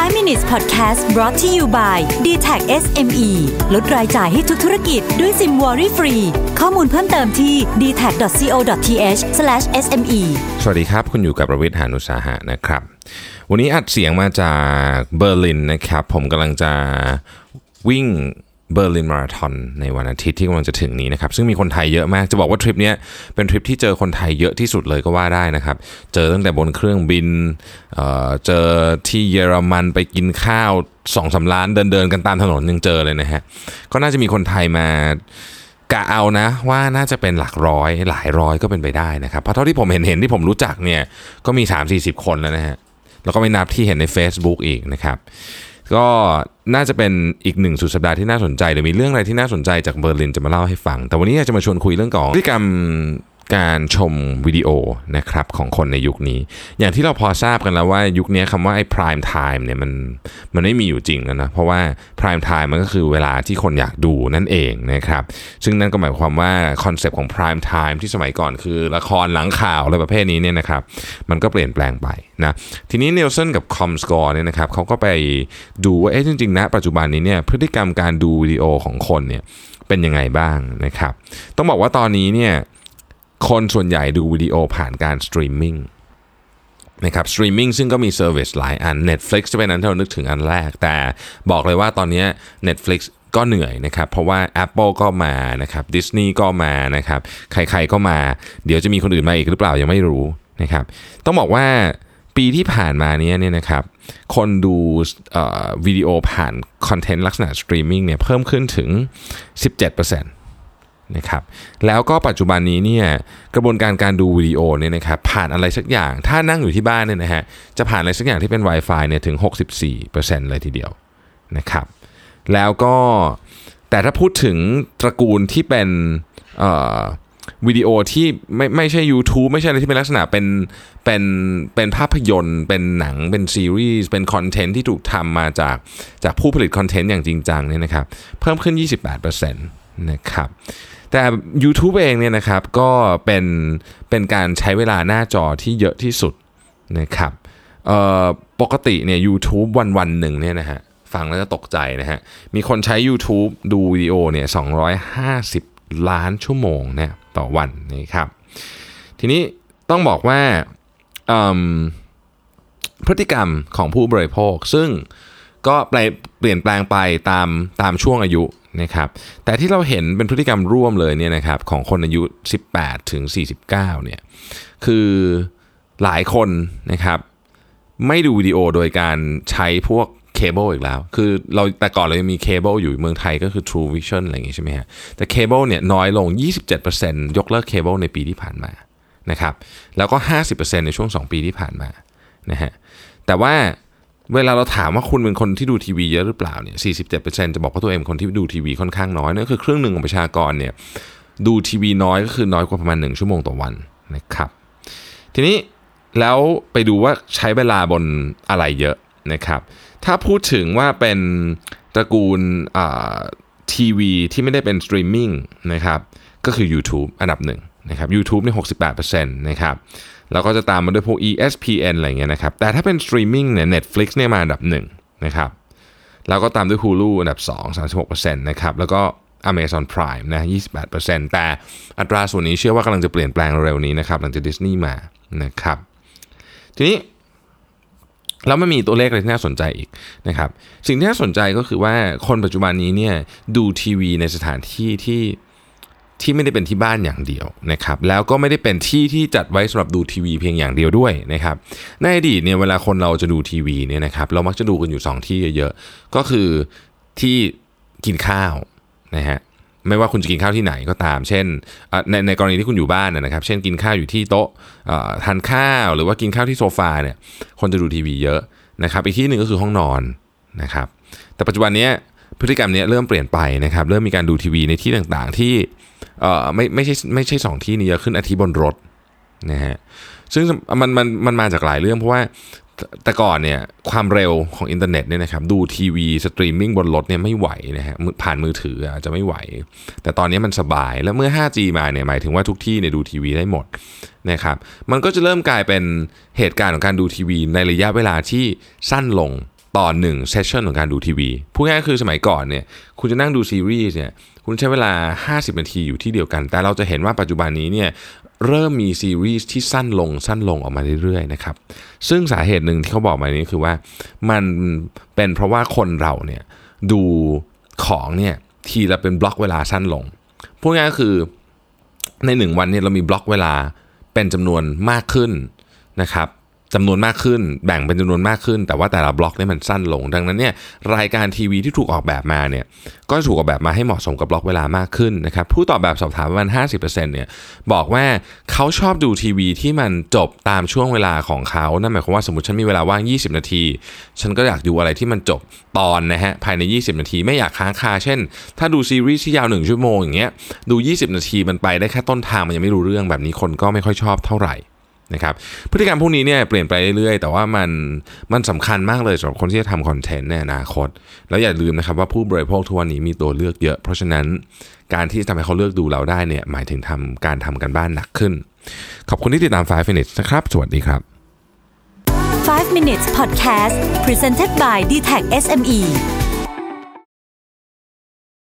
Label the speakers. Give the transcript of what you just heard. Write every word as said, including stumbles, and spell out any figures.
Speaker 1: ไฟว์ minutes podcast brought to you by ดี แท็ก เอส เอ็ม อี ลดรายจ่ายให้ทุกธุรกิจด้วยซิมวอรี่ฟรีข้อมูลเพิ่มเติมที่ ดี แท็ก ดอท ซี โอ ดอท ที เอช สแลช เอส เอ็ม อี
Speaker 2: สวัสดีครับคุณอยู่กับประวิทย์ หาญอุตสาหะนะครับวันนี้อัดเสียงมาจากเบอร์ลินนะครับผมกำลังจะวิ่งเบอร์ลินมาราธอนในวันอาทิตย์ที่กำลังจะถึงนี้นะครับซึ่งมีคนไทยเยอะมากจะบอกว่าทริปนี้เป็นทริปที่เจอคนไทยเยอะที่สุดเลยก็ว่าได้นะครับเจอตั้งแต่บนเครื่องบิน เอ่อเจอที่เยอรมันไปกินข้าว สองสาม ร้านเดินๆกันตามถนนยังเจอเลยนะฮะก็น่าจะมีคนไทยมากะเอานะว่าน่าจะเป็นหลักร้อยหลายร้อยก็เป็นไปได้นะครับเพราะเท่าที่ผมเห็นเห็นที่ผมรู้จักเนี่ยก็มี สามถึงสี่สิบ คนแล้วนะฮะแล้วก็ไม่นับที่เห็นใน Facebook อีกนะครับก็น่าจะเป็นอีกหนึ่งสุดสัปดาห์ที่น่าสนใจเดี๋ยวมีเรื่องอะไรที่น่าสนใจจากเบอร์ลินจะมาเล่าให้ฟังแต่วันนี้อยากจะมาชวนคุยเรื่องของพฤติกรรมการชมวิดีโอนะครับของคนในยุคนี้อย่างที่เราพอทราบกันแล้วว่ายุคนี้คำว่าไอ้ prime time เนี่ยมันมันไม่มีอยู่จริงแล้วนะเพราะว่า prime time มันก็คือเวลาที่คนอยากดูนั่นเองนะครับซึ่งนั่นก็หมายความว่าคอนเซปต์ของ prime time ที่สมัยก่อนคือละครหลังข่าวอะไรประเภทนี้เนี่ยนะครับมันก็เปลี่ยนแปลงไปนะทีนี้ Nielsen กับ Comscore เนี่ยนะครับเขาก็ไปดูว่าเอ๊ะจริงๆณปัจจุบันนี้เนี่ยพฤติกรรมการดูวิดีโอของคนเนี่ยเป็นยังไงบ้างนะครับต้องบอกว่าตอนนี้เนี่ยคนส่วนใหญ่ดูวิดีโอผ่านการสตรีมมิ่งนะครับสตรีมมิ่งซึ่งก็มีเซอร์วิสหลายอัน Netflix จะเป็นอันที่เรานึกถึงอันแรกแต่บอกเลยว่าตอนนี้ Netflix ก็เหนื่อยนะครับเพราะว่า Apple ก็มานะครับ Disney ก็มานะครับใครๆก็มาเดี๋ยวจะมีคนอื่นมาอีกหรือเปล่ายังไม่รู้นะครับต้องบอกว่าปีที่ผ่านมานี้เนี่ยนะครับคนดูวิดีโอผ่านคอนเทนต์ลักษณะสตรีมมิ่งเนี่ยเพิ่มขึ้นถึง สิบเจ็ดเปอร์เซ็นต์นะครับแล้วก็ปัจจุบันนี้เนี่ยกระบวนการการดูวิดีโอเนี่ยนะครับผ่านอะไรสักอย่างถ้านั่งอยู่ที่บ้านเนี่ยนะฮะจะผ่านอะไรสักอย่างที่เป็น Wi-Fi เนี่ยถึง หกสิบสี่เปอร์เซ็นต์ เลยทีเดียวนะครับแล้วก็แต่ถ้าพูดถึงตระกูลที่เป็นวิดีโอที่ไม่ไม่ใช่ YouTube ไม่ใช่อะไรที่เป็นลักษณะเป็นเป็นเป็นภาพยนตร์เป็นหนังเป็นซีรีส์เป็นคอนเทนต์ที่ถูกทำมาจากจากผู้ผลิตคอนเทนต์อย่างจริงจังเนี่ยนะครับเพิ่มขึ้น ยี่สิบแปดเปอร์เซ็นต์ นะครับแต่ YouTube เองเนี่ยนะครับก็เป็นเป็นการใช้เวลาหน้าจอที่เยอะที่สุดนะครับปกติเนี่ย YouTube วันวันหนึ่งเนี่ยนะฮะฟังแล้วจะตกใจนะฮะมีคนใช้ YouTube ดูวิดีโอเนี่ยสองร้อยห้าสิบล้านชั่วโมงเนี่ยต่อวันนะครับทีนี้ต้องบอกว่าพฤติกรรมของผู้บริโภคซึ่งก็เปลี่ยนแปลงไปตามตามช่วงอายุนะครับแต่ที่เราเห็นเป็นพฤติกรรมร่วมเลยเนี่ยนะครับของคนอายุสิบแปดถึงสี่สิบเก้าเนี่ยคือหลายคนนะครับไม่ดูวิดีโอโดยการใช้พวกเคเบิลอีกแล้วคือเราแต่ก่อนเรายังมีเคเบิลอยู่เมืองไทยก็คือ True Vision อะไรอย่างงี้ใช่ไหมฮะแต่เคเบิลเนี่ยน้อยลง ยี่สิบเจ็ดเปอร์เซ็นต์ ยกเลิกเคเบิลในปีที่ผ่านมานะครับแล้วก็ ห้าสิบเปอร์เซ็นต์ ในช่วงสองปีที่ผ่านมานะฮะแต่ว่าเวลาเราถามว่าคุณเป็นคนที่ดูทีวีเยอะหรือเปล่าเนี่ย สี่สิบเจ็ดเปอร์เซ็นต์ จะบอกว่าตัวเองเป็นคนที่ดูทีวีค่อนข้างน้อยนั่นคือครึ่งหนึ่งของประชากรเนี่ยดูทีวีน้อยก็คือน้อยกว่าประมาณหนึ่งชั่วโมงต่อวันนะครับทีนี้แล้วไปดูว่าใช้เวลาบนอะไรเยอะนะครับถ้าพูดถึงว่าเป็นตระกูลทีวีที่ไม่ได้เป็นสตรีมมิ่งนะครับก็คือ YouTube อันดับหนึ่งนะครับ YouTube เนี่ย หกสิบแปดเปอร์เซ็นต์ นะครับแล้วก็จะตามมาด้วยพวก อี เอส พี เอ็น อะไรเงี้ยนะครับแต่ถ้าเป็นสตรีมมิ่งเนี่ย Netflix เนี่ยมาอันดับหนึ่งนะครับแล้วก็ตามด้วย Hulu อันดับสอง สามสิบหกเปอร์เซ็นต์ นะครับแล้วก็ Amazon Prime นะ ยี่สิบแปดเปอร์เซ็นต์ แต่อัตราส่วนนี้เชื่อว่ากำลังจะเปลี่ยนแปลงเร็วนี้นะครับหลังจาก Disney มานะครับทีนี้แล้วมันมีตัวเลขอะไรที่น่าสนใจอีกนะครับสิ่งที่น่าสนใจก็คือว่าคนปัจจุบันนี้เนี่ยดูทีวีในสถานที่ที่ที่ไม่ได้เป็นที่บ้านอย่างเดียวนะครับแล้วก็ไม่ได้เป็นที่ที่จัดไว้สำหรับดูทีวีเพียงอย่างเดียวด้วยนะครับในอดีตเนี่ยเวลาคนเราจะดูทีวีเนี่ยนะครับเรามักจะดูกันอยู่สองที่เยอะๆก็คือที่กินข้าวนะฮะไม่ว่าคุณจะกินข้าวที่ไหนก็ตามเช่นในในกรณีที่คุณอยู่บ้านนะครับเช่นกินข้าวอยู่ที่โต๊ะทานข้าวหรือว่ากินข้าวที่โซฟาเนี่ยคนจะดูทีวีเยอะนะครับอีกที่หนึ่งก็คือห้องนอนนะครับแต่ปัจจุบันนี้พฤติกรรมนี้เริ่มเปลี่ยนไปนะครับเริ่มมีการดูทีวีในที่ต่างๆที่เอ่อไม่ไม่ใช่ไม่ใช่สองที่นี้เยอะขึ้นอาทิบนรถนะฮะซึ่งมันมันมันมาจากหลายเรื่องเพราะว่าแต่ก่อนเนี่ยความเร็วของอินเทอร์เน็ตเนี่ยนะครับดูทีวีสตรีมมิ่งบนรถเนี่ยไม่ไหวนะฮะผ่านมือถืออาจจะไม่ไหวแต่ตอนนี้มันสบายแล้วเมื่อ ห้าจี มาเนี่ยหมายถึงว่าทุกที่เนี่ยดูทีวีได้หมดนะครับมันก็จะเริ่มกลายเป็นเหตุการณ์ของการดูทีวีในระยะเวลาที่สั้นลงต่อหนึ่งเซสชั่นของการดูทีวีพูดง่ายๆคือสมัยก่อนเนี่ยคุณจะนั่งดูซีรีส์เนี่ยคุณใช้เวลาห้าสิบนาทีอยู่ที่เดียวกันแต่เราจะเห็นว่าปัจจุบันนี้เนี่ยเริ่มมีซีรีส์ที่สั้นลงสั้นลงออกมาเรื่อยๆนะครับซึ่งสาเหตุหนึ่งที่เขาบอกมานี้คือว่ามันเป็นเพราะว่าคนเราเนี่ยดูของเนี่ยทีละเป็นบล็อกเวลาสั้นลงพูดง่ายๆคือในหนึ่งวันเนี่ยเรามีบล็อกเวลาเป็นจำนวนมากขึ้นนะครับจำนวนมากขึ้นแบ่งเป็นจำนวนมากขึ้นแต่ว่าแต่ละบล็อกเนี่ยมันสั้นลงดังนั้นเนี่ยรายการทีวีที่ถูกออกแบบมาเนี่ยก็ถูกออกแบบมาให้เหมาะสมกับบล็อกเวลามากขึ้นนะครับผู้ตอบแบบสอบถามประมาณ ห้าสิบเปอร์เซ็นต์ เนี่ยบอกว่าเขาชอบดูทีวีที่มันจบตามช่วงเวลาของเขานั่นหมายความว่าสมมุติฉันมีเวลาว่างยี่สิบนาทีฉันก็อยากดูอะไรที่มันจบตอนนะฮะภายในยี่สิบนาทีไม่อยากค้างคาเช่นถ้าดูซีรีส์ที่ยาวหนึ่งชั่วโมงอย่างเงี้ยดูยี่สิบนาทีมันไปได้แค่ต้นทางมันยังไม่รู้เรื่องแบบนี้คนก็ไม่ค่อยชอบเท่าไหร่นะครับพฤติกรรมพวกนี้เนี่ยเปลี่ยนไปเรื่อยๆแต่ว่ามันมันสำคัญมากเลยสำหรับคนที่จะทำคอนเทนต์ในอนาคตแล้วอย่าลืมนะครับว่าผู้บริโภคทุกวันนี้มีตัวเลือกเยอะเพราะฉะนั้นการที่ทำให้เขาเลือกดูเราได้เนี่ยหมายถึงทำการทำกันบ้านหนักขึ้นขอบคุณที่ติดตามไฟว์ minutes นะครับสวัสดีครับ
Speaker 1: ไฟว์ minutes podcast presented by ดี ที เอ ซี เอส เอ็ม อี